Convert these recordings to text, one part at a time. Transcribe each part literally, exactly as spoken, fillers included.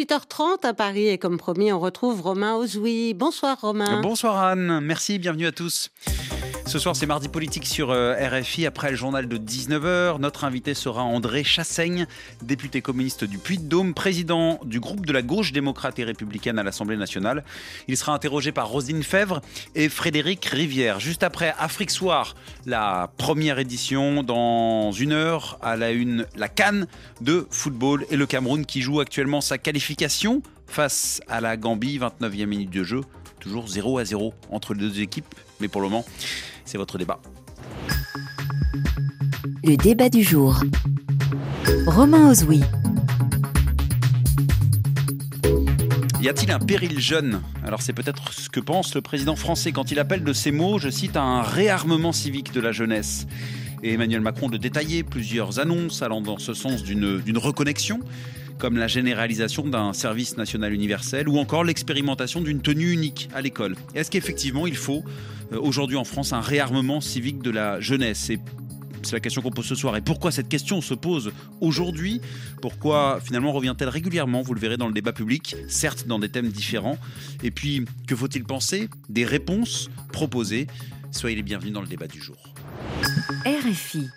dix-huit heures trente à Paris et comme promis, on retrouve Romain Ozoui. Bonsoir Romain. Bonsoir Anne, merci, bienvenue à tous. Ce soir, c'est Mardi Politique sur R F I. Après le journal de dix-neuf heures, notre invité sera André Chassaigne, député communiste du Puy-de-Dôme, président du groupe de la gauche démocrate et républicaine à l'Assemblée nationale. Il sera interrogé par Roselyne Fèvre et Frédéric Rivière. Juste après Afrique Soir, la première édition, dans une heure, à la une, la CAN de football et le Cameroun qui joue actuellement sa qualification face à la Gambie, vingt-neuvième minute de jeu. Toujours zéro à zéro entre les deux équipes, mais pour le moment, c'est votre débat. Le débat du jour. Romain Ozoui. Y a-t-il un péril jeune ? Alors c'est peut-être ce que pense le président français quand il appelle de ses mots, je cite, un réarmement civique de la jeunesse. Et Emmanuel Macron de détailler plusieurs annonces allant dans ce sens d'une, d'une reconnexion, comme la généralisation d'un service national universel ou encore l'expérimentation d'une tenue unique à l'école. Est-ce qu'effectivement il faut euh, aujourd'hui en France un réarmement civique de la jeunesse ? Et c'est la question qu'on pose ce soir. Et pourquoi cette question se pose aujourd'hui ? Pourquoi finalement revient-elle régulièrement ? Vous le verrez dans le débat public, certes dans des thèmes différents. Et puis, que faut-il penser des réponses proposées ? Soyez les bienvenus dans le débat du jour. R F I.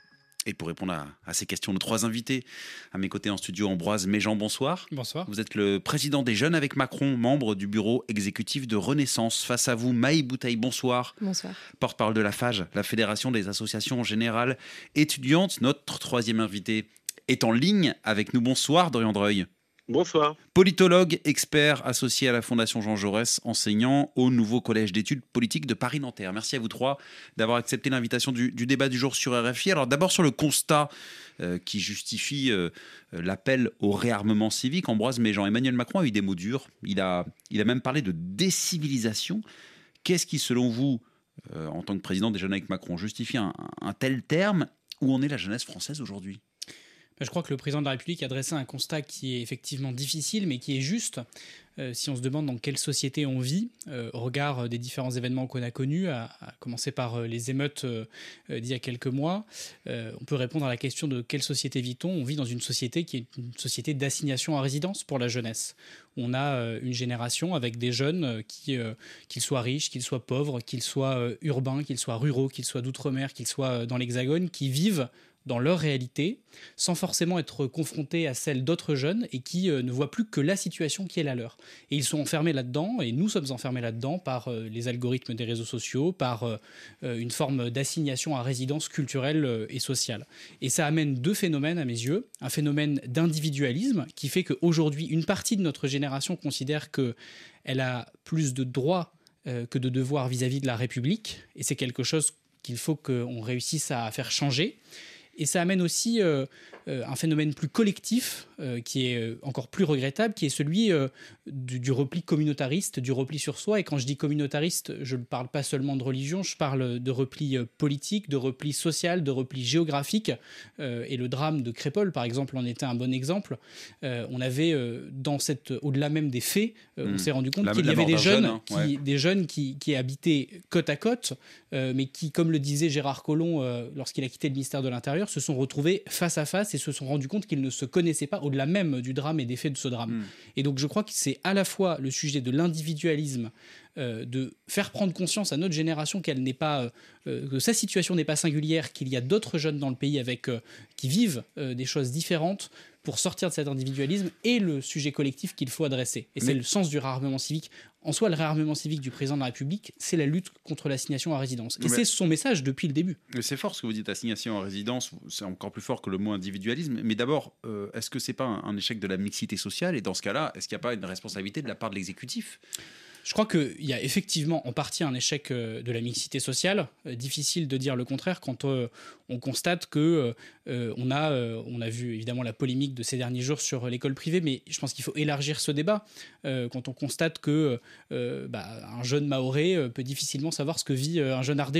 Et pour répondre à, à ces questions, nos trois invités, à mes côtés en studio, Ambroise Méjean, bonsoir. Bonsoir. Vous êtes le président des Jeunes avec Macron, membre du bureau exécutif de Renaissance. Face à vous, Maï Boutaï, bonsoir. Bonsoir. Porte-parole de la FAGE, la Fédération des associations générales étudiantes. Notre troisième invité est en ligne avec nous. Bonsoir, Dorian Dreuil. Bonsoir. Politologue, expert associé à la Fondation Jean Jaurès, enseignant au nouveau collège d'études politiques de Paris-Nanterre. Merci à vous trois d'avoir accepté l'invitation du, du débat du jour sur R F I. Alors d'abord sur le constat euh, qui justifie euh, l'appel au réarmement civique. Ambroise Méjean, Emmanuel Macron a eu des mots durs. Il a, il a même parlé de décivilisation. Qu'est-ce qui, selon vous, euh, en tant que président des Jeunes avec Macron, justifie un, un tel terme ? Où en est la jeunesse française aujourd'hui ? Je crois que le président de la République a dressé un constat qui est effectivement difficile, mais qui est juste. Euh, si on se demande dans quelle société on vit, euh, au regard des différents événements qu'on a connus, à, à commencer par euh, les émeutes euh, d'il y a quelques mois, euh, on peut répondre à la question de quelle société vit-on ? On vit dans une société qui est une société d'assignation à résidence pour la jeunesse. On a euh, une génération avec des jeunes euh, qui, euh, qu'ils soient riches, qu'ils soient pauvres, qu'ils soient euh, urbains, qu'ils soient ruraux, qu'ils soient d'outre-mer, qu'ils soient euh, dans l'Hexagone, qui vivent dans leur réalité, sans forcément être confrontés à celle d'autres jeunes et qui euh, ne voient plus que la situation qui est la leur. Et ils sont enfermés là-dedans, et nous sommes enfermés là-dedans par euh, les algorithmes des réseaux sociaux, par euh, une forme d'assignation à résidence culturelle euh, et sociale. Et ça amène deux phénomènes à mes yeux. Un phénomène d'individualisme qui fait qu'aujourd'hui, une partie de notre génération considère qu'elle a plus de droits euh, que de devoirs vis-à-vis de la République, et c'est quelque chose qu'il faut qu'on réussisse à faire changer. Et ça amène aussi euh, euh, un phénomène plus collectif, euh, qui est euh, encore plus regrettable, qui est celui euh, du, du repli communautariste, du repli sur soi. Et quand je dis communautariste, je ne parle pas seulement de religion, je parle de repli euh, politique, de repli social, de repli géographique. Euh, et le drame de Crépol, par exemple, en était un bon exemple. Euh, on avait, euh, dans cette, au-delà même des faits, euh, mmh. on s'est rendu compte la, qu'il y avait des jeunes, jeune, hein, qui, ouais. des jeunes qui, qui habitaient côte à côte, euh, mais qui, comme le disait Gérard Collomb euh, lorsqu'il a quitté le ministère de l'Intérieur, se sont retrouvés face à face et se sont rendus compte qu'ils ne se connaissaient pas au-delà même du drame et des faits de ce drame. Mmh. Et donc je crois que c'est à la fois le sujet de l'individualisme, euh, de faire prendre conscience à notre génération qu'elle n'est pas, euh, que sa situation n'est pas singulière, qu'il y a d'autres jeunes dans le pays avec, euh, qui vivent euh, des choses différentes pour sortir de cet individualisme, et le sujet collectif qu'il faut adresser. Et Mais... c'est le sens du réarmement civique. En soi, le réarmement civique du président de la République, c'est la lutte contre l'assignation à résidence. Et Mais... c'est son message depuis le début. Mais c'est fort ce que vous dites, assignation à résidence, c'est encore plus fort que le mot individualisme. Mais d'abord, euh, est-ce que c'est pas un, un échec de la mixité sociale ? Et dans ce cas-là, est-ce qu'il n'y a pas une responsabilité de la part de l'exécutif ? Je crois qu'il y a effectivement en partie un échec de la mixité sociale. Euh, difficile de dire le contraire quand euh, on constate que euh, on a, euh, on a vu évidemment la polémique de ces derniers jours sur l'école privée, mais je pense qu'il faut élargir ce débat. Euh, quand on constate que euh, bah, un jeune Mahorais peut difficilement savoir ce que vit un jeune Ardéchois,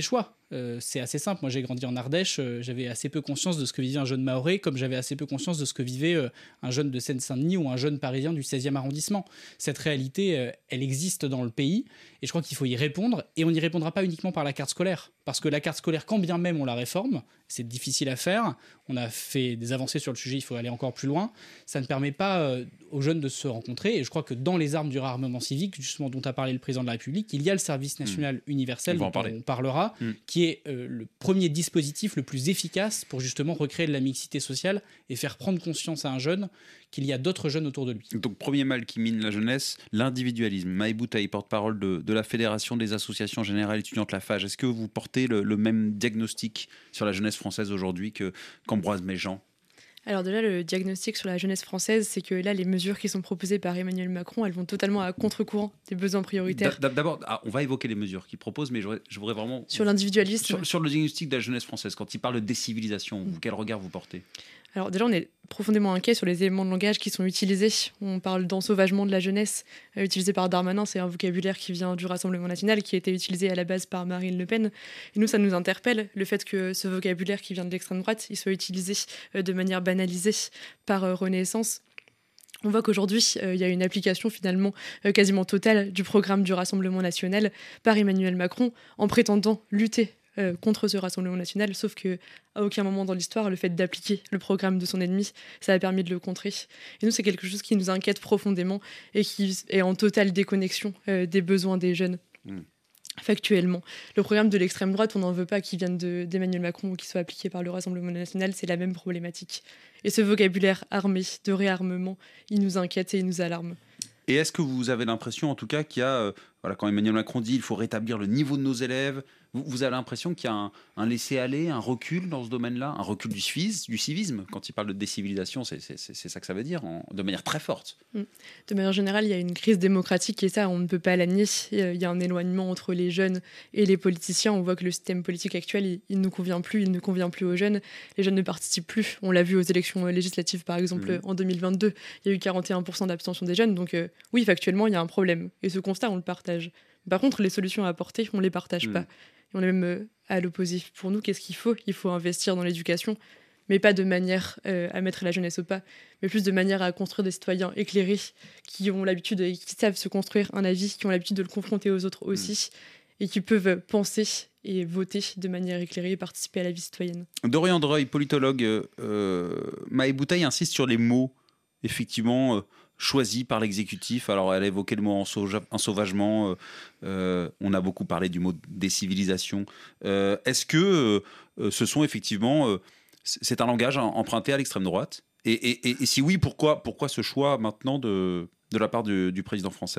euh, c'est assez simple. Moi, j'ai grandi en Ardèche, euh, j'avais assez peu conscience de ce que vivait un jeune Mahorais, comme j'avais assez peu conscience de ce que vivait euh, un jeune de Seine-Saint-Denis ou un jeune Parisien du seizième arrondissement. Cette réalité, euh, elle existe dans le pays, et je crois qu'il faut y répondre, et on n'y répondra pas uniquement par la carte scolaire, parce que la carte scolaire, quand bien même on la réforme, c'est difficile à faire, on a fait des avancées sur le sujet, il faut aller encore plus loin, ça ne permet pas euh, aux jeunes de se rencontrer, et je crois que dans les armes du réarmement civique, justement dont a parlé le président de la République, il y a le service national mmh. universel, on dont on parlera, mmh. qui est euh, le premier dispositif le plus efficace pour justement recréer de la mixité sociale et faire prendre conscience à un jeune qu'il y a d'autres jeunes autour de lui. Donc, premier mal qui mine la jeunesse, l'individualisme. Maë Boutaï, porte-parole de, de la Fédération des associations générales étudiantes, la F A G. Est-ce que vous portez le, le même diagnostic sur la jeunesse française aujourd'hui que, qu'Ambroise Méjean ? Alors déjà, le diagnostic sur la jeunesse française, c'est que là, les mesures qui sont proposées par Emmanuel Macron, elles vont totalement à contre-courant des besoins prioritaires. D'abord, ah, on va évoquer les mesures qu'il propose, mais je voudrais, je voudrais vraiment... Sur l'individualisme. Sur, sur le diagnostic de la jeunesse française, quand il parle de décivilisation, mmh. quel regard vous portez ? Alors déjà, on est profondément inquiet sur les éléments de langage qui sont utilisés. On parle d'ensauvagement de la jeunesse, euh, utilisé par Darmanin. C'est un vocabulaire qui vient du Rassemblement national, qui a été utilisé à la base par Marine Le Pen. Et nous, ça nous interpelle, le fait que ce vocabulaire qui vient de l'extrême droite, il soit utilisé euh, de manière banalisée par euh, Renaissance. On voit qu'aujourd'hui, il euh, y a une application finalement euh, quasiment totale du programme du Rassemblement national par Emmanuel Macron en prétendant lutter Euh, contre ce Rassemblement national, sauf qu'à aucun moment dans l'histoire, le fait d'appliquer le programme de son ennemi, ça a permis de le contrer. Et nous, c'est quelque chose qui nous inquiète profondément et qui est en totale déconnexion euh, des besoins des jeunes. Mmh. Factuellement. Le programme de l'extrême droite, on n'en veut pas qu'il vienne de, d'Emmanuel Macron ou qu'il soit appliqué par le Rassemblement national, c'est la même problématique. Et ce vocabulaire armé, de réarmement, il nous inquiète et il nous alarme. Et est-ce que vous avez l'impression, en tout cas, qu'il y a, euh, voilà, quand Emmanuel Macron dit qu'il faut rétablir le niveau de nos élèves, vous, vous avez l'impression qu'il y a un, un laisser-aller, un recul dans ce domaine-là, un recul du civisme, du civisme. Quand il parle de décivilisation, c'est, c'est, c'est ça que ça veut dire, en, de manière très forte. De manière générale, il y a une crise démocratique et ça, on ne peut pas la nier. Il y a un éloignement entre les jeunes et les politiciens. On voit que le système politique actuel, il, il ne convient plus, il ne convient plus aux jeunes. Les jeunes ne participent plus. On l'a vu aux élections législatives, par exemple, mmh. en deux mille vingt-deux. Il y a eu quarante et un pour cent d'abstention des jeunes. Donc euh, oui, factuellement, il y a un problème. Et ce constat, on le partage. Par contre, les solutions à apporter, on ne les partage mmh. pas. Et on est même euh, à l'opposé. Pour nous, qu'est-ce qu'il faut ? Il faut investir dans l'éducation, mais pas de manière euh, à mettre la jeunesse au pas, mais plus de manière à construire des citoyens éclairés, qui ont l'habitude, et qui savent se construire un avis, qui ont l'habitude de le confronter aux autres aussi, mmh. et qui peuvent penser et voter de manière éclairée et participer à la vie citoyenne. Dorian Dreuil, politologue, euh, Maë Boutaï insiste sur les mots, effectivement... Euh, choisi par l'exécutif. Alors, elle a évoqué le mot ensauvagement. Euh, euh, on a beaucoup parlé du mot décivilisation. Euh, est-ce que euh, ce sont effectivement... Euh, c'est un langage emprunté à l'extrême droite et, et, et, et si oui, pourquoi, pourquoi ce choix maintenant de, de la part du, du président français ?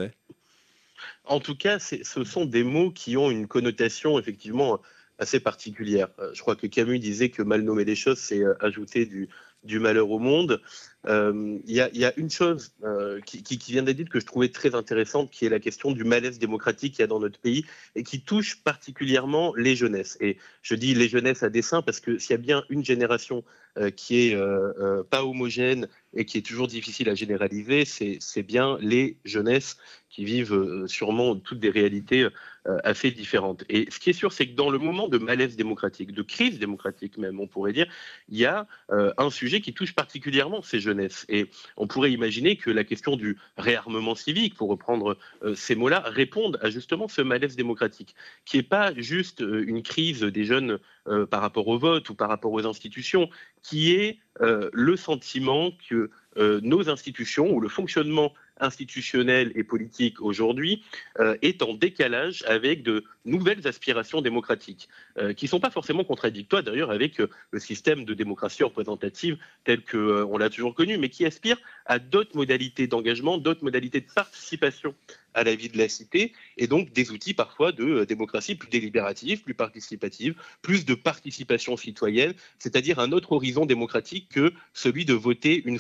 En tout cas, c'est, ce sont des mots qui ont une connotation effectivement assez particulière. Je crois que Camus disait que mal nommer les choses, c'est ajouter du... du malheur au monde. Il euh, y, y a une chose euh, qui, qui, qui vient d'être dite que je trouvais très intéressante, qui est la question du malaise démocratique qu'il y a dans notre pays et qui touche particulièrement les jeunesses. Et je dis les jeunesses à dessein parce que s'il y a bien une génération euh, qui est euh, euh, pas homogène et qui est toujours difficile à généraliser, c'est, c'est bien les jeunesses qui vivent euh, sûrement toutes des réalités euh, assez différentes. Et ce qui est sûr, c'est que dans le moment de malaise démocratique, de crise démocratique même, on pourrait dire, il y a euh, un sujet qui touche particulièrement ces jeunesses. Et on pourrait imaginer que la question du réarmement civique, pour reprendre euh, ces mots-là, réponde à justement ce malaise démocratique, qui n'est pas juste euh, une crise des jeunes euh, par rapport au vote ou par rapport aux institutions, qui est euh, le sentiment que euh, nos institutions ou le fonctionnement institutionnel et politique aujourd'hui euh, est en décalage avec de nouvelles aspirations démocratiques euh, qui ne sont pas forcément contradictoires d'ailleurs avec euh, le système de démocratie représentative tel qu'on euh, l'a toujours connu, mais qui aspire à d'autres modalités d'engagement, d'autres modalités de participation à la vie de la cité, et donc des outils parfois de euh, démocratie plus délibérative, plus participative, plus de participation citoyenne, c'est-à-dire un autre horizon démocratique que celui de voter une fois tous les cinq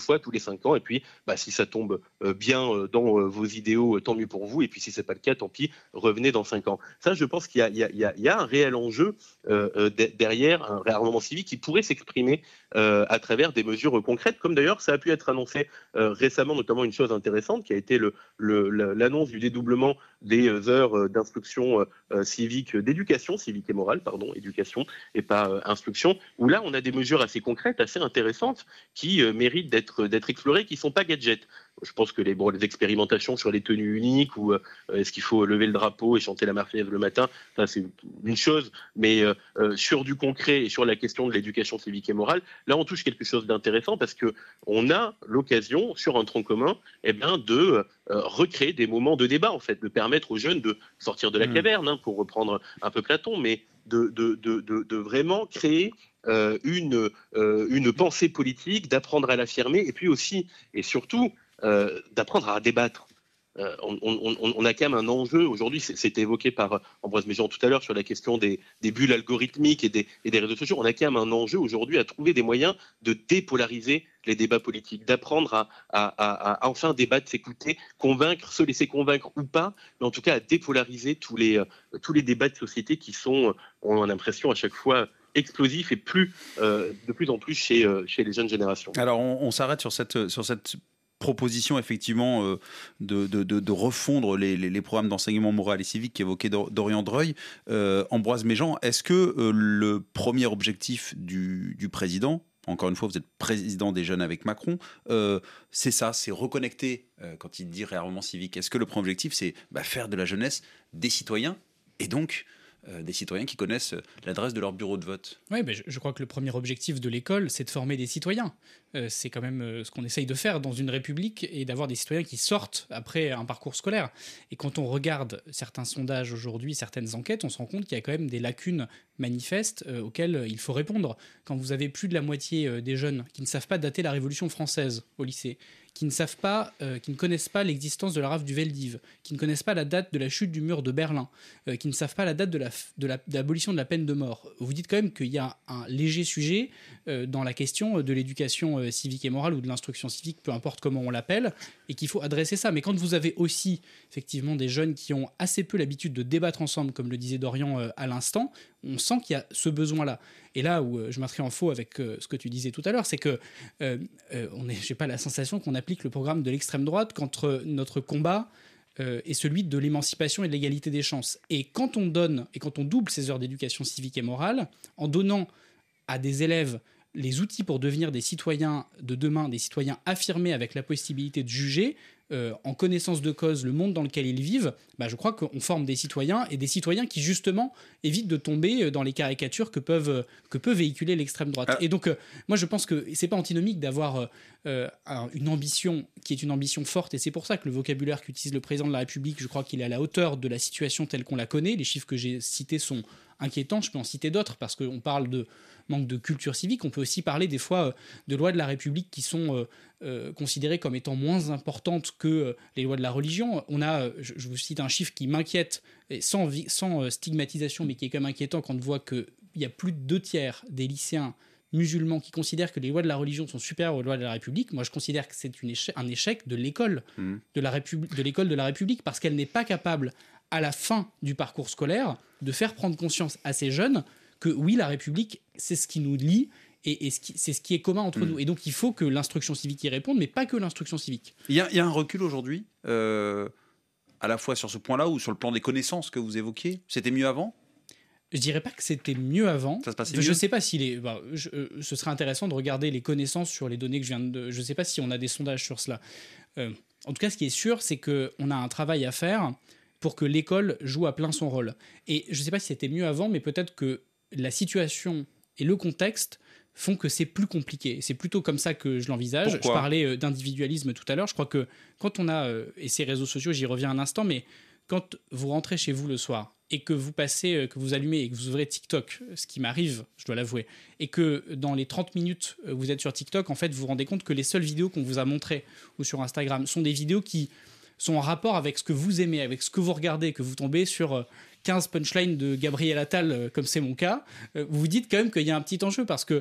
cinq ans. Et puis, bah, si ça tombe euh, bien euh, dans euh, vos idéaux, euh, tant mieux pour vous. Et puis, si c'est pas le cas, tant pis, revenez dans cinq ans. Ça, je pense qu'il y a, il y a, il y a, il y a un réel enjeu euh, euh, derrière, un réarmement civique qui pourrait s'exprimer euh, à travers des mesures concrètes, comme d'ailleurs ça a pu être annoncé euh, récemment, notamment une chose intéressante qui a été le, le, l'annonce du dédoublement des heures d'instruction euh, civique, d'éducation civique et morale, pardon, éducation et pas euh, instruction, où là on a des mesures assez concrètes, assez intéressantes qui euh, méritent d'être, d'être explorées, qui ne sont pas gadgets. Je pense que les, bon, les expérimentations sur les tenues uniques ou euh, est-ce qu'il faut lever le drapeau et chanter la Marseillaise le matin, ça c'est une chose, mais euh, euh, sur du concret et sur la question de l'éducation civique et morale, là on touche quelque chose d'intéressant parce que on a l'occasion sur un tronc commun, eh bien, de euh, recréer des moments de débat en fait, de permettre aux jeunes de sortir de la caverne, hein, pour reprendre un peu Platon, mais de, de, de, de, de vraiment créer euh, une, euh, une pensée politique, d'apprendre à l'affirmer et puis aussi et surtout Euh, d'apprendre à débattre. Euh, on, on, on a quand même un enjeu aujourd'hui, c'était évoqué par Ambroise Méjean tout à l'heure sur la question des, des bulles algorithmiques et des, et des réseaux sociaux. On a quand même un enjeu aujourd'hui à trouver des moyens de dépolariser les débats politiques, d'apprendre à, à, à, à enfin débattre, s'écouter, convaincre, se laisser convaincre ou pas, mais en tout cas à dépolariser tous les, euh, tous les débats de société qui sont, on a l'impression à chaque fois, explosifs et plus, euh, de plus en plus chez, euh, chez les jeunes générations. Alors on, on s'arrête sur cette, sur cette proposition effectivement euh, de, de, de, de refondre les, les, les programmes d'enseignement moral et civique qu'évoquait Dorian Dreuil. Euh, Ambroise Méjean, est-ce que euh, le premier objectif du, du président, encore une fois vous êtes président des jeunes avec Macron, euh, c'est ça, c'est reconnecter, euh, quand il dit réarmement civique, est-ce que le premier objectif c'est bah, faire de la jeunesse des citoyens et donc Euh, des citoyens qui connaissent l'adresse de leur bureau de vote? Oui, ben je, je crois que le premier objectif de l'école, c'est de former des citoyens. Euh, c'est quand même euh, ce qu'on essaye de faire dans une république et d'avoir des citoyens qui sortent après un parcours scolaire. Et quand on regarde certains sondages aujourd'hui, certaines enquêtes, on se rend compte qu'il y a quand même des lacunes manifestes euh, auxquelles euh, il faut répondre. Quand vous avez plus de la moitié euh, des jeunes qui ne savent pas dater la Révolution française au lycée, qui ne savent pas, euh, qui ne connaissent pas l'existence de la rafle du Veldiv, qui ne connaissent pas la date de la chute du mur de Berlin, euh, qui ne savent pas la date de, la, de, la, de l'abolition de la peine de mort. Vous dites quand même qu'il y a un léger sujet euh, dans la question de l'éducation euh, civique et morale ou de l'instruction civique, peu importe comment on l'appelle, et qu'il faut adresser ça. Mais quand vous avez aussi effectivement des jeunes qui ont assez peu l'habitude de débattre ensemble, comme le disait Dorian euh, à l'instant, on sent qu'il y a ce besoin-là. Et là où euh, je m'inscris en faux avec euh, ce que tu disais tout à l'heure, c'est que euh, euh, on est, j'ai pas la sensation qu'on applique le programme de l'extrême droite quand euh, notre combat euh, est celui de l'émancipation et de l'égalité des chances. Et quand on donne et quand on double ces heures d'éducation civique et morale, en donnant à des élèves les outils pour devenir des citoyens de demain, des citoyens affirmés avec la possibilité de juger, euh, en connaissance de cause, le monde dans lequel ils vivent, bah, je crois qu'on forme des citoyens et des citoyens qui, justement, évitent de tomber dans les caricatures que, peuvent, que peut véhiculer l'extrême droite. Ah. Et donc, euh, moi, je pense que c'est pas antinomique d'avoir euh, une ambition qui est une ambition forte, et c'est pour ça que le vocabulaire qu'utilise le président de la République, je crois qu'il est à la hauteur de la situation telle qu'on la connaît. Les chiffres que j'ai cités sont inquiétants, je peux en citer d'autres, parce qu'on parle de manque de culture civique, on peut aussi parler des fois euh, de lois de la République qui sont euh, euh, considérées comme étant moins importantes que euh, les lois de la religion. On a, euh, je, je vous cite un chiffre qui m'inquiète, et sans, sans euh, stigmatisation, mais qui est quand même inquiétant quand on voit qu'il y a plus de deux tiers des lycéens musulmans qui considèrent que les lois de la religion sont supérieures aux lois de la République. Moi, je considère que c'est une éche- un échec de l'école, mmh. de, la Républi- de l'école de la République, parce qu'elle n'est pas capable, à la fin du parcours scolaire, de faire prendre conscience à ces jeunes que oui, la République, c'est ce qui nous lie et, et ce qui, c'est ce qui est commun entre mmh. nous. Et donc, il faut que l'instruction civique y réponde, mais pas que l'instruction civique. Il y a, il y a un recul aujourd'hui, euh, à la fois sur ce point-là ou sur le plan des connaissances que vous évoquiez. C'était mieux avant ? Je dirais pas que c'était mieux avant. Ça se passait je mieux. Je sais pas si les. Bah, je, euh, ce serait intéressant de regarder les connaissances sur les données que je viens de. Je sais pas si on a des sondages sur cela. Euh, en tout cas, ce qui est sûr, c'est que on a un travail à faire pour que l'école joue à plein son rôle. Et je sais pas si c'était mieux avant, mais peut-être que la situation et le contexte font que c'est plus compliqué. C'est plutôt comme ça que je l'envisage. Pourquoi ? Je parlais euh, d'individualisme tout à l'heure. Je crois que quand on a euh, et ces réseaux sociaux, j'y reviens un instant, mais quand vous rentrez chez vous le soir et que vous passez, que vous allumez et que vous ouvrez TikTok, ce qui m'arrive, je dois l'avouer, et que dans les trente minutes vous êtes sur TikTok, en fait, vous vous rendez compte que les seules vidéos qu'on vous a montrées ou sur Instagram sont des vidéos qui sont en rapport avec ce que vous aimez, avec ce que vous regardez, que vous tombez sur quinze punchlines de Gabriel Attal, comme c'est mon cas, vous vous dites quand même qu'il y a un petit enjeu parce que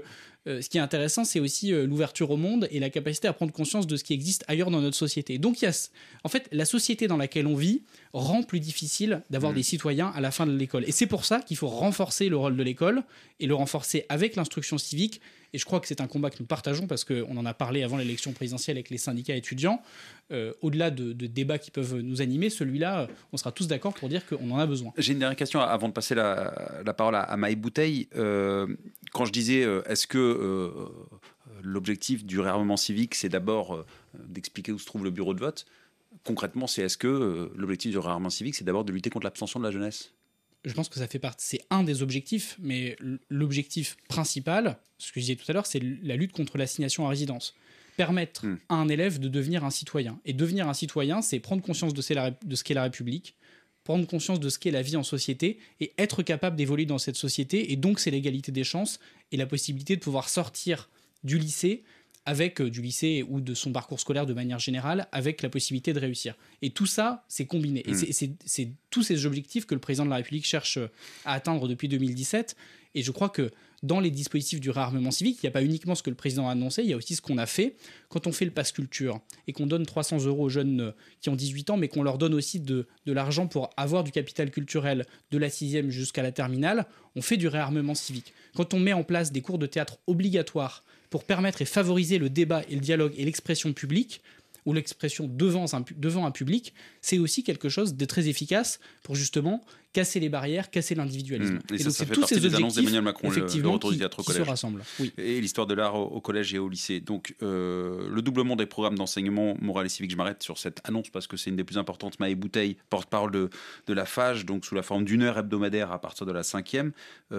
euh, ce qui est intéressant, c'est aussi euh, l'ouverture au monde et la capacité à prendre conscience de ce qui existe ailleurs dans notre société. Donc, il y a, en fait, la société dans laquelle on vit rend plus difficile d'avoir mmh. des citoyens à la fin de l'école. Et c'est pour ça qu'il faut renforcer le rôle de l'école et le renforcer avec l'instruction civique. Et je crois que c'est un combat que nous partageons parce qu'on en a parlé avant l'élection présidentielle avec les syndicats étudiants. Euh, au-delà de, de débats qui peuvent nous animer, celui-là, on sera tous d'accord pour dire qu'on en a besoin. J'ai une dernière question avant de passer la, la parole à, à Maë Bouteille. Euh, quand je disais, euh, est-ce que euh, l'objectif du réarmement civique, c'est d'abord euh, d'expliquer où se trouve le bureau de vote? Concrètement, c'est est-ce que euh, l'objectif du réarmement civique, c'est d'abord de lutter contre l'abstention de la jeunesse? Je pense que ça fait partie, c'est un des objectifs, mais l'objectif principal, ce que je disais tout à l'heure, c'est la lutte contre l'assignation à résidence. Permettre mmh. à un élève de devenir un citoyen. Et devenir un citoyen, c'est prendre conscience de ce qu'est la République, prendre conscience de ce qu'est la vie en société et être capable d'évoluer dans cette société. Et donc, c'est l'égalité des chances et la possibilité de pouvoir sortir du lycée avec euh, du lycée ou de son parcours scolaire de manière générale, avec la possibilité de réussir. Et tout ça, c'est combiné. Mmh. Et c'est, c'est tous ces objectifs que le président de la République cherche à atteindre depuis deux mille dix-sept. Et je crois que dans les dispositifs du réarmement civique, il n'y a pas uniquement ce que le président a annoncé, il y a aussi ce qu'on a fait. Quand on fait le pass culture et qu'on donne trois cents euros aux jeunes qui ont dix-huit ans, mais qu'on leur donne aussi de, de l'argent pour avoir du capital culturel de la sixième jusqu'à la terminale, on fait du réarmement civique. Quand on met en place des cours de théâtre obligatoires pour permettre et favoriser le débat et le dialogue et l'expression publique, ou l'expression devant un, devant un public, c'est aussi quelque chose de très efficace pour justement casser les barrières, casser l'individualisme. Mmh. Et, et ça, donc ça fait tous ces des annonces d'Emmanuel Macron, le, le retour qui, du théâtre au collège. collège. Se rassemblent. Oui. Et l'histoire de l'art au, au collège et au lycée. Donc, euh, le doublement des programmes d'enseignement moral et civique, je m'arrête sur cette annonce parce que c'est une des plus importantes. Maë Bouteille, porte-parole de, de la F A G, donc sous la forme d'une heure hebdomadaire à partir de la cinquième,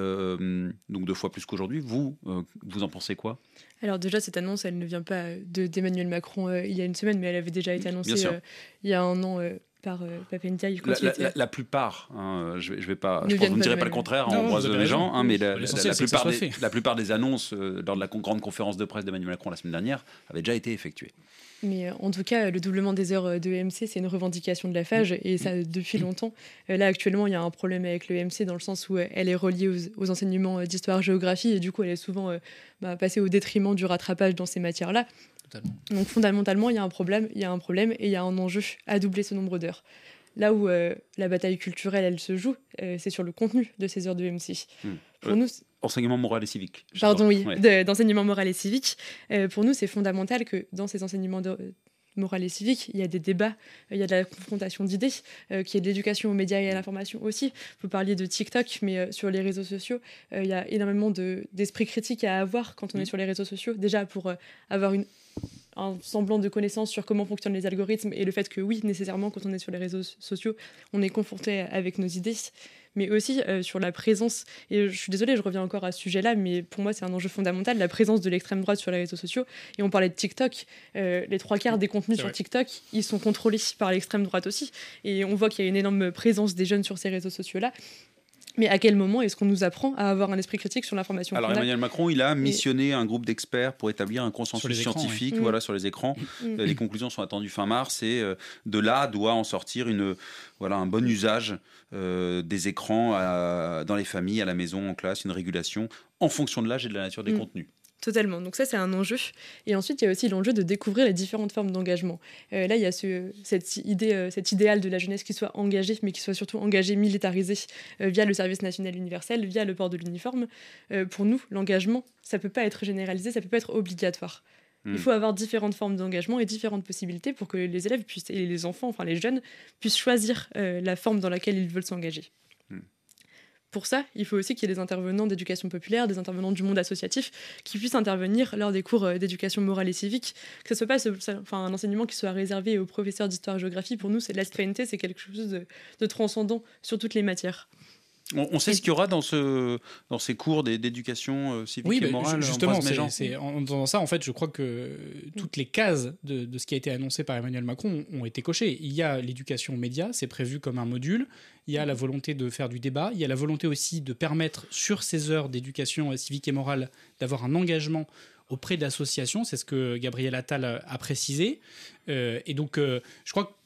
euh, donc deux fois plus qu'aujourd'hui. Vous, euh, vous en pensez quoi ? Alors déjà, cette annonce, elle ne vient pas de, d'Emmanuel Macron euh, il y a une semaine, mais elle avait déjà été annoncée euh, il y a un an euh, par euh, Pape Ndiaye. La, la, la, la plupart, hein, je ne vais pas, je pense, vous ne direz pas le contraire, on embrasse les gens, hein, mais la, la, la, plupart des, la plupart des annonces euh, lors de la con- grande conférence de presse d'Emmanuel Macron la semaine dernière avaient déjà été effectuées. Mais en tout cas, le doublement des heures de E M C, c'est une revendication de la F A G et ça depuis longtemps. Là, actuellement, il y a un problème avec l'E M C dans le sens où elle est reliée aux, aux enseignements d'histoire-géographie et du coup, elle est souvent euh, bah, passée au détriment du rattrapage dans ces matières-là. Totalement. Donc fondamentalement, il y a un problème, il y a un problème et il y a un enjeu à doubler ce nombre d'heures. Là où euh, la bataille culturelle, elle se joue, euh, c'est sur le contenu de ces heures de E M C. Mmh. Pour euh, nous, enseignement moral et civique. Pardon, oui, ouais. de, d'enseignement moral et civique. Euh, pour nous, c'est fondamental que dans ces enseignements de, moral et civique, il y a des débats, il y a de la confrontation d'idées, euh, qu'il y ait de l'éducation aux médias et à l'information aussi. Vous parliez de TikTok, mais euh, sur les réseaux sociaux, euh, il y a énormément de, d'esprit critique à avoir quand on mmh. est sur les réseaux sociaux. Déjà, pour euh, avoir une un semblant de connaissance sur comment fonctionnent les algorithmes et le fait que oui, nécessairement, quand on est sur les réseaux sociaux, on est confronté avec nos idées, mais aussi euh, sur la présence, et je suis désolée, je reviens encore à ce sujet-là, mais pour moi, c'est un enjeu fondamental, la présence de l'extrême droite sur les réseaux sociaux. Et on parlait de TikTok, euh, les trois quarts des contenus c'est sur vrai. TikTok, ils sont contrôlés par l'extrême droite aussi, et on voit qu'il y a une énorme présence des jeunes sur ces réseaux sociaux-là. Mais à quel moment est-ce qu'on nous apprend à avoir un esprit critique sur l'information? Alors Emmanuel Macron, il a missionné et... un groupe d'experts pour établir un consensus écrans, scientifique oui. voilà, mmh. sur les écrans. Mmh. Les conclusions sont attendues fin mars et euh, de là doit en sortir une, voilà, un bon usage euh, des écrans à, dans les familles, à la maison, en classe, une régulation en fonction de l'âge et de la nature des mmh. contenus. Totalement. Donc ça, c'est un enjeu. Et ensuite, il y a aussi l'enjeu de découvrir les différentes formes d'engagement. Euh, là, il y a ce, cette idée, euh, cet idéal de la jeunesse qui soit engagée, mais qui soit surtout engagée, militarisée euh, via le service national universel, via le port de l'uniforme. Euh, pour nous, l'engagement, ça ne peut pas être généralisé, ça ne peut pas être obligatoire. Mmh. Il faut avoir différentes formes d'engagement et différentes possibilités pour que les élèves puissent, et les enfants, enfin les jeunes, puissent choisir euh, la forme dans laquelle ils veulent s'engager. Mmh. Pour ça, il faut aussi qu'il y ait des intervenants d'éducation populaire, des intervenants du monde associatif qui puissent intervenir lors des cours d'éducation morale et civique. Que ce soit pas ce, enfin, un enseignement qui soit réservé aux professeurs d'histoire-géographie. Pour nous, c'est la citoyenneté, c'est quelque chose de, de transcendant sur toutes les matières. On, on sait et ce qu'il y aura dans, ce, dans ces cours d'éducation euh, civique oui, et morale. Oui, justement, c'est, c'est, en entendant ça, en fait, je crois que toutes les cases de, de ce qui a été annoncé par Emmanuel Macron ont été cochées. Il y a l'éducation aux médias, c'est prévu comme un module. Il y a la volonté de faire du débat. Il y a la volonté aussi de permettre, sur ces heures d'éducation civique et morale, d'avoir un engagement auprès d'associations. C'est ce que Gabriel Attal a précisé. Euh, et donc, euh, je crois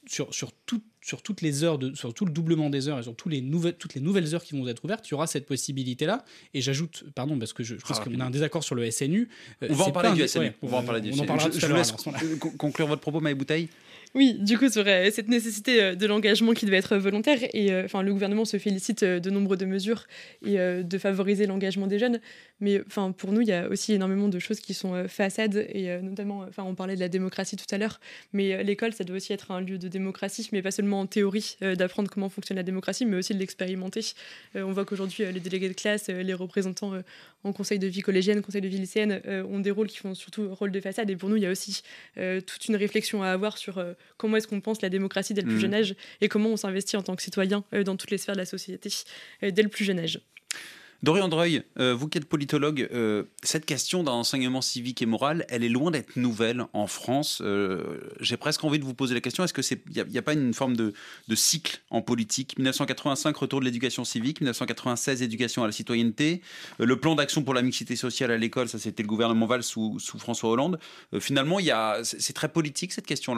sur, sur, tout, sur toutes les heures, de, sur tout le doublement des heures et sur tous les nouvelles, toutes les nouvelles heures qui vont être ouvertes, il y aura cette possibilité-là. Et j'ajoute, pardon, parce que je, je pense ah, qu'on a un désaccord sur le S N U. On va en parler du S N U. Ouais, on va en parler du S N U. On en parlera je, tout à l'heure. Je vous laisse conclure votre propos, Maë Boutaï. Oui, du coup, sur euh, cette nécessité de l'engagement qui devait être volontaire, et euh, enfin, le gouvernement se félicite euh, de nombre de mesures et euh, de favoriser l'engagement des jeunes. Mais enfin, pour nous, il y a aussi énormément de choses qui sont euh, façades, et euh, notamment, enfin, on parlait de la démocratie tout à l'heure, mais euh, l'école, ça doit aussi être un lieu de démocratie, mais pas seulement en théorie, euh, d'apprendre comment fonctionne la démocratie, mais aussi de l'expérimenter. Euh, on voit qu'aujourd'hui, euh, les délégués de classe, euh, les représentants euh, en conseil de vie collégienne, conseil de vie lycéenne, euh, ont des rôles qui font surtout rôle de façade. Et pour nous, il y a aussi euh, toute une réflexion à avoir sur euh, comment est-ce qu'on pense la démocratie dès le plus mmh. jeune âge et comment on s'investit en tant que citoyen euh, dans toutes les sphères de la société euh, dès le plus jeune âge. Dorian Dreuil, euh, vous qui êtes politologue, euh, cette question d'un enseignement civique et moral, elle est loin d'être nouvelle en France. Euh, j'ai presque envie de vous poser la question, est-ce qu'il n'y a, a pas une forme de, de cycle en politique ? dix-neuf cent quatre-vingt-cinq, retour de l'éducation civique, dix-neuf cent quatre-vingt-seize, éducation à la citoyenneté, euh, le plan d'action pour la mixité sociale à l'école, ça c'était le gouvernement Valls sous, sous François Hollande. Euh, finalement, il y a, c'est, c'est très politique cette question-là ?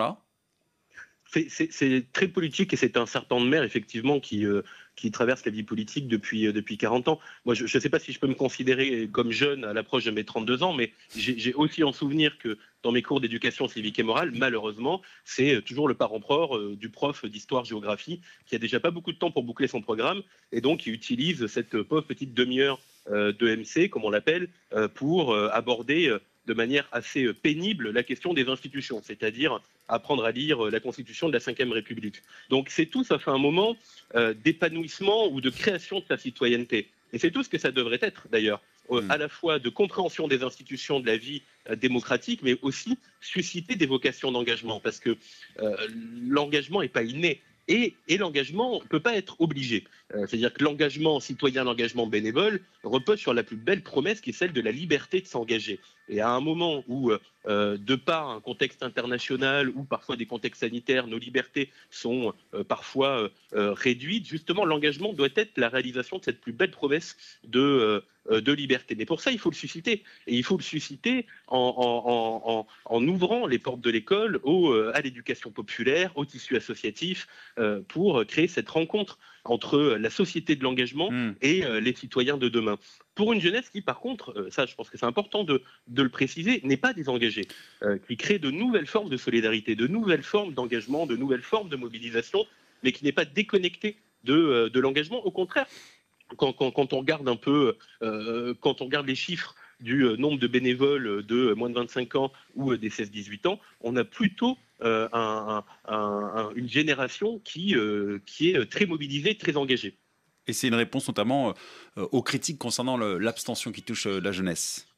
C'est, c'est, c'est très politique et c'est un serpent de mer, effectivement, qui, euh, qui traverse la vie politique depuis, euh, depuis quarante ans. Moi, je ne sais pas si je peux me considérer comme jeune à l'approche de mes trente-deux ans, mais j'ai, j'ai aussi en souvenir que dans mes cours d'éducation civique et morale, malheureusement, c'est toujours le parent prore euh, du prof d'histoire-géographie qui a déjà pas beaucoup de temps pour boucler son programme et donc qui utilise cette pauvre petite demi-heure euh, de M C, comme on l'appelle, euh, pour euh, aborder... Euh, de manière assez pénible la question des institutions, c'est-à-dire apprendre à lire la Constitution de la cinquième République. Donc c'est tout sauf un moment euh, d'épanouissement ou de création de sa citoyenneté. Et c'est tout ce que ça devrait être d'ailleurs, euh, mmh. à la fois de compréhension des institutions de la vie euh, démocratique, mais aussi susciter des vocations d'engagement, parce que euh, l'engagement n'est pas inné. Et, et l'engagement ne peut pas être obligé. Euh, c'est-à-dire que l'engagement citoyen, l'engagement bénévole repose sur la plus belle promesse qui est celle de la liberté de s'engager. Et à un moment où, euh, de par un contexte international ou parfois des contextes sanitaires, nos libertés sont euh, parfois euh, réduites, justement l'engagement doit être la réalisation de cette plus belle promesse de, euh, de liberté. Mais pour ça, il faut le susciter. Et il faut le susciter en, en, en, en ouvrant les portes de l'école au, à l'éducation populaire, au tissu associatif, euh, pour créer cette rencontre entre la société de l'engagement mmh. et euh, les citoyens de demain. Pour une jeunesse qui, par contre, euh, ça je pense que c'est important de, de le préciser, n'est pas désengagée, euh, qui crée de nouvelles formes de solidarité, de nouvelles formes d'engagement, de nouvelles formes de mobilisation, mais qui n'est pas déconnectée de, euh, de l'engagement. Au contraire, quand, quand, quand on regarde un peu, euh, quand on regarde les chiffres du nombre de bénévoles de moins de vingt-cinq ans ou des seize dix-huit ans, on a plutôt euh, un, un, un, une génération qui, euh, qui est très mobilisée, très engagée. Et c'est une réponse notamment euh, aux critiques concernant le, l'abstention qui touche euh, la jeunesse.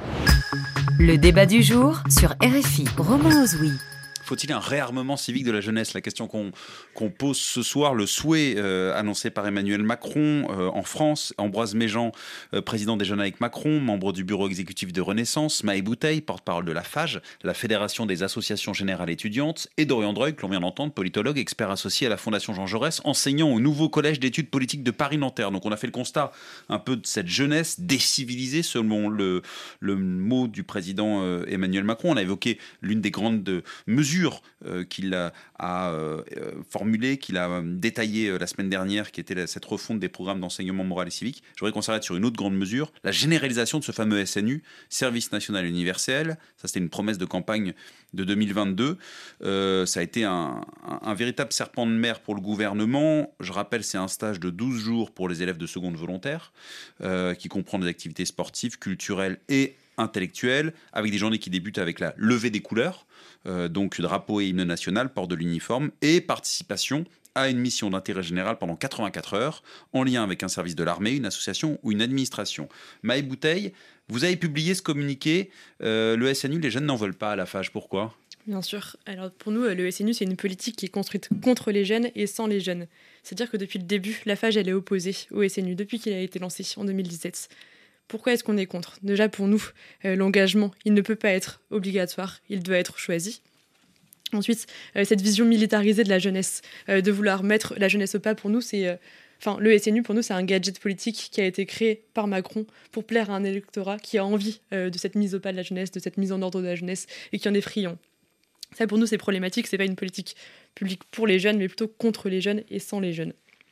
Le débat du jour sur R F I, Romain Ozoui. Faut-il un réarmement civique de la jeunesse ? La question qu'on, qu'on pose ce soir, le souhait euh, annoncé par Emmanuel Macron euh, en France, Ambroise Méjean, euh, président des Jeunes avec Macron, membre du bureau exécutif de Renaissance, Maë Boutaï, porte-parole de la F A G, la Fédération des associations générales étudiantes, et Dorian Dreuil, que l'on vient d'entendre, politologue, expert associé à la Fondation Jean Jaurès, enseignant au nouveau collège d'études politiques de Paris-Nanterre. Donc on a fait le constat un peu de cette jeunesse décivilisée, selon le, le mot du président euh, Emmanuel Macron. On a évoqué l'une des grandes euh, mesures Euh, qu'il a, a euh, formulé, qu'il a euh, détaillé euh, la semaine dernière, qui était la, cette refonte des programmes d'enseignement moral et civique. Je voudrais qu'on s'arrête sur une autre grande mesure, la généralisation de ce fameux S N U, Service National Universel. Ça, c'était une promesse de campagne de deux mille vingt-deux. Euh, ça a été un, un, un véritable serpent de mer pour le gouvernement. Je rappelle, c'est un stage de douze jours pour les élèves de seconde volontaire, euh, qui comprend des activités sportives, culturelles et intellectuelles, avec des journées qui débutent avec la levée des couleurs, Euh, donc drapeau et hymne national, port de l'uniforme et participation à une mission d'intérêt général pendant quatre-vingt-quatre heures en lien avec un service de l'armée, une association ou une administration. Maë Boutaï, vous avez publié ce communiqué, euh, le S N U, les jeunes n'en veulent pas à la F A G, pourquoi ? Bien sûr. Alors pour nous, le S N U, c'est une politique qui est construite contre les jeunes et sans les jeunes. C'est-à-dire que depuis le début, la F A G, elle est opposée au S N U, depuis qu'il a été lancé en deux mille dix-sept. Pourquoi est-ce qu'on est contre ? Déjà, pour nous, euh, l'engagement, il ne peut pas être obligatoire, il doit être choisi. Ensuite, euh, cette vision militarisée de la jeunesse, euh, de vouloir mettre la jeunesse au pas, pour nous, c'est... Euh, enfin, le S N U, pour nous, c'est un gadget politique qui a été créé par Macron pour plaire à un électorat qui a envie euh, de cette mise au pas de la jeunesse, de cette mise en ordre de la jeunesse et qui en est friand. Ça, pour nous, c'est problématique. C'est pas une politique publique pour les jeunes, mais plutôt contre les jeunes et sans les jeunes.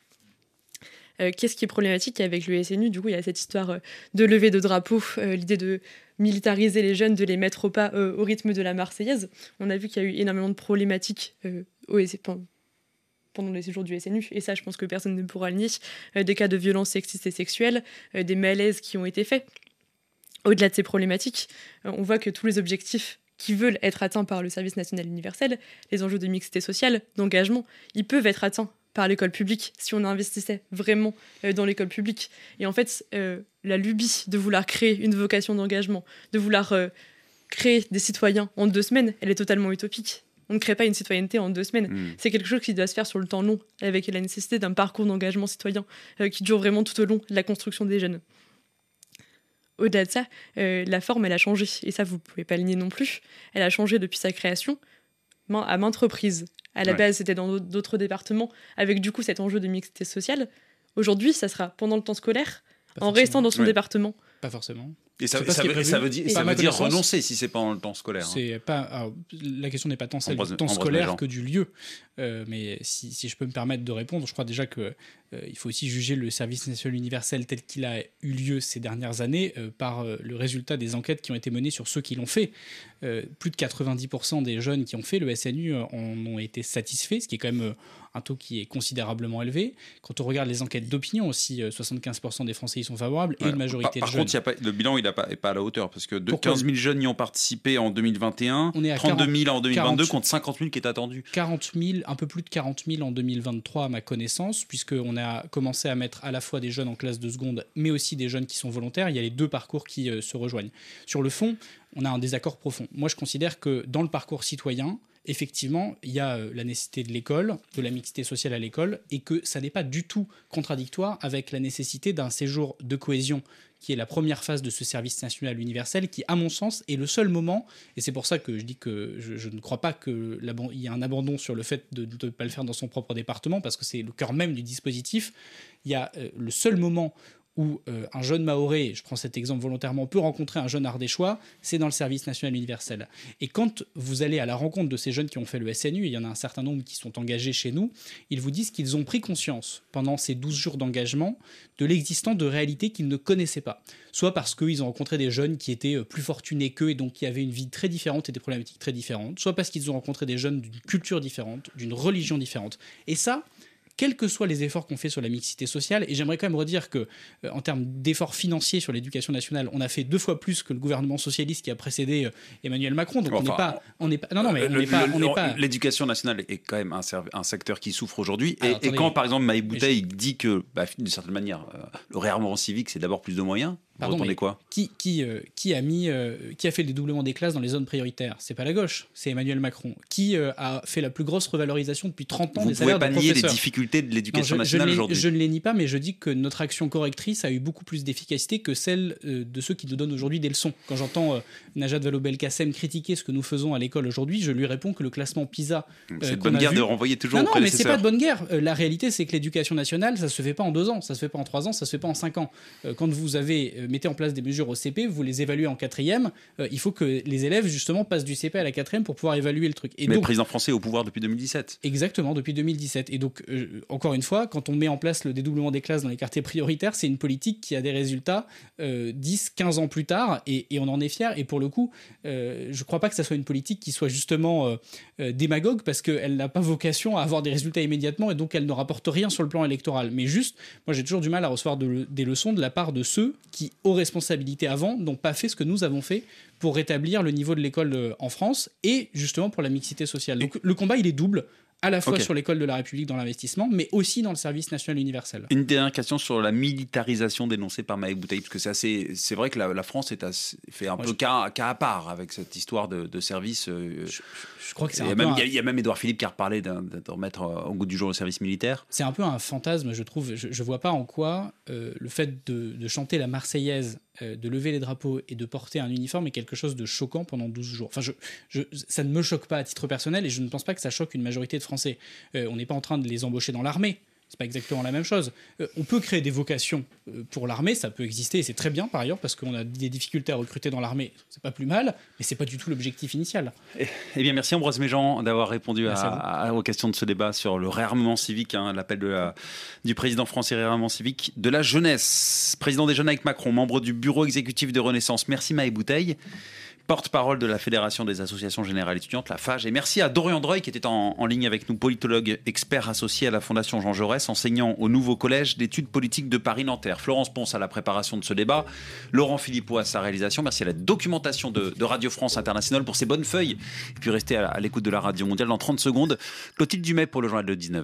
Euh, qu'est-ce qui est problématique avec le S N U? Du coup, il y a cette histoire euh, de levée de drapeau, euh, l'idée de militariser les jeunes, de les mettre au pas euh, au rythme de la Marseillaise. On a vu qu'il y a eu énormément de problématiques euh, au S N U, pendant les séjours du S N U, et ça, je pense que personne ne pourra le nier, euh, des cas de violences sexistes et sexuelles, euh, des malaises qui ont été faits. Au-delà de ces problématiques, euh, on voit que tous les objectifs qui veulent être atteints par le service national universel, les enjeux de mixité sociale, d'engagement, ils peuvent être atteints par l'école publique si on investissait vraiment euh, dans l'école publique. Et en fait, euh, la lubie de vouloir créer une vocation d'engagement, de vouloir euh, créer des citoyens en deux semaines, elle est totalement utopique. On ne crée pas une citoyenneté en deux semaines. Mmh. C'est quelque chose qui doit se faire sur le temps long, avec la nécessité d'un parcours d'engagement citoyen euh, qui dure vraiment tout au long de la construction des jeunes. Au-delà de ça, euh, la forme, elle a changé. Et ça, vous ne pouvez pas le nier non plus. Elle a changé depuis sa création à maintes reprises. À la ouais. base, c'était dans d'autres départements, avec du coup cet enjeu de mixité sociale. Aujourd'hui, ça sera pendant le temps scolaire, pas en forcément. restant dans son ouais. département. Pas forcément. Et ça, ça, veut, ça veut dire, ça veut dire renoncer si c'est pas en le temps scolaire. C'est hein. pas, alors, la question n'est pas tant celle du temps scolaire que du lieu. Euh, mais si, si je peux me permettre de répondre, je crois déjà que euh, il faut aussi juger le service national universel tel qu'il a eu lieu ces dernières années euh, par euh, le résultat des enquêtes qui ont été menées sur ceux qui l'ont fait. Euh, plus de quatre-vingt-dix pour cent des jeunes qui ont fait le S N U en ont été satisfaits, ce qui est quand même euh, un taux qui est considérablement élevé. Quand on regarde les enquêtes d'opinion aussi, euh, soixante-quinze pour cent des Français y sont favorables et ouais, une majorité par, de par jeunes. Par contre, y a pas, le bilan il n'est pas, pas à la hauteur parce que de quinze mille jeunes y ont participé en deux mille vingt et un, on est à trente-deux mille en deux mille vingt-deux quarante, contre cinquante mille qui est attendu. quarante mille, un peu plus de quarante mille en deux mille vingt-trois à ma connaissance, puisqu'on a commencé à mettre à la fois des jeunes en classe de seconde, mais aussi des jeunes qui sont volontaires. Il y a les deux parcours qui euh, se rejoignent. Sur le fond, on a un désaccord profond. Moi, je considère que dans le parcours citoyen, effectivement, il y a euh, la nécessité de l'école, de la mixité sociale à l'école, et que ça n'est pas du tout contradictoire avec la nécessité d'un séjour de cohésion qui est la première phase de ce service national universel, qui, à mon sens, est le seul moment, et c'est pour ça que je dis que je, je ne crois pas qu'il y ait un abandon sur le fait de ne pas le faire dans son propre département, parce que c'est le cœur même du dispositif. Il y a euh, le seul moment où euh, un jeune Mahorais, je prends cet exemple volontairement, peut rencontrer un jeune Ardéchois, c'est dans le service national universel. Et quand vous allez à la rencontre de ces jeunes qui ont fait le S N U, et il y en a un certain nombre qui sont engagés chez nous, ils vous disent qu'ils ont pris conscience, pendant ces douze jours d'engagement, de l'existence de réalités qu'ils ne connaissaient pas. Soit parce qu'ils ont rencontré des jeunes qui étaient plus fortunés qu'eux et donc qui avaient une vie très différente et des problématiques très différentes, soit parce qu'ils ont rencontré des jeunes d'une culture différente, d'une religion différente. Et ça, quels que soient les efforts qu'on fait sur la mixité sociale, et j'aimerais quand même redire que, euh, en termes d'efforts financiers sur l'éducation nationale, on a fait deux fois plus que le gouvernement socialiste qui a précédé euh, Emmanuel Macron. Donc enfin, on n'est pas, on n'est pas, non non mais on n'est pas, on n'est pas. L'éducation nationale est quand même un, un secteur qui souffre aujourd'hui. Et, et quand par exemple Maï Bouteille je... dit que, bah, d'une certaine manière, euh, le réarmement civique c'est d'abord plus de moyens. Pardon, mais quoi qui, qui, euh, qui, a mis, euh, qui a fait le dédoublement des classes dans les zones prioritaires? C'est pas la gauche, c'est Emmanuel Macron. Qui euh, a fait la plus grosse revalorisation depuis trente ans Vous des salaires de professeurs? Vous pouvez pas nier les difficultés de l'éducation non, je, nationale je aujourd'hui. Je ne les nie pas, mais je dis que notre action correctrice a eu beaucoup plus d'efficacité que celle euh, de ceux qui nous donnent aujourd'hui des leçons. Quand j'entends euh, Najat Vallaud-Belkacem critiquer ce que nous faisons à l'école aujourd'hui, je lui réponds que le classement PISA... Euh, c'est de bonne guerre vu... de renvoyer toujours non, au non, mais c'est pas prédécesseur. de bonne guerre. Euh, la réalité, c'est que l'éducation nationale, ça se fait pas en deux ans, ça se fait pas en trois ans, ça se fait pas en cinq ans. Euh, quand vous avez euh, mettez en place des mesures au C P, vous les évaluez en quatrième, euh, il faut que les élèves justement passent du C P à la quatrième pour pouvoir évaluer le truc. Et mais donc, le président français est au pouvoir depuis deux mille dix-sept. Exactement, depuis deux mille dix-sept. Et donc, euh, encore une fois, quand on met en place le dédoublement des classes dans les quartiers prioritaires, c'est une politique qui a des résultats euh, dix, quinze ans plus tard, et, et on en est fiers. Et pour le coup, euh, je ne crois pas que ça soit une politique qui soit justement euh, euh, démagogue, parce qu'elle n'a pas vocation à avoir des résultats immédiatement, et donc elle ne rapporte rien sur le plan électoral. Mais juste, moi j'ai toujours du mal à recevoir de, des leçons de la part de ceux qui, aux responsabilités avant, n'ont pas fait ce que nous avons fait pour rétablir le niveau de l'école en France et justement pour la mixité sociale. Donc le combat, il est double, à la fois okay. sur l'école de la République dans l'investissement, mais aussi dans le service national universel. Une dernière question sur la militarisation dénoncée par Maï Bouteille, parce que c'est assez, c'est vrai que la, la France est assez, fait un Moi, peu je... cas, cas à part avec cette histoire de, de service. Euh, je, je crois que c'est il y a un même, peu un... il y a même Édouard Philippe qui a reparlé de, de remettre au goût du jour le service militaire. C'est un peu un fantasme, je trouve. Je, je vois pas en quoi euh, le fait de, de chanter la Marseillaise, euh, de lever les drapeaux et de porter un uniforme est quelque chose de choquant pendant douze jours. Enfin, je, je, ça ne me choque pas à titre personnel et je ne pense pas que ça choque une majorité de Français. Euh, on n'est pas en train de les embaucher dans l'armée. c'est pas exactement la même chose. Euh, on peut créer des vocations euh, pour l'armée, ça peut exister, et c'est très bien par ailleurs, parce qu'on a des difficultés à recruter dans l'armée, c'est pas plus mal, mais c'est pas du tout l'objectif initial. Eh, eh bien, merci Ambroise Méjean d'avoir répondu à, à, aux questions de ce débat sur le réarmement civique, hein, l'appel de la, du président français réarmement civique de la jeunesse. Président des Jeunes avec Macron, membre du bureau exécutif de Renaissance. Merci Maë Bouteille, porte-parole de la Fédération des associations générales étudiantes, la F A G. Et merci à Dorian Dreuil qui était en, en ligne avec nous, politologue, expert associé à la Fondation Jean Jaurès, enseignant au nouveau collège d'études politiques de Paris-Nanterre. Florence Ponce à la préparation de ce débat, Laurent Philippot à sa réalisation. Merci à la documentation de, de Radio France Internationale pour ses bonnes feuilles. Et puis restez à, à l'écoute de la Radio Mondiale dans trente secondes. Clotilde Dumais pour le journal de dix-neuf heures.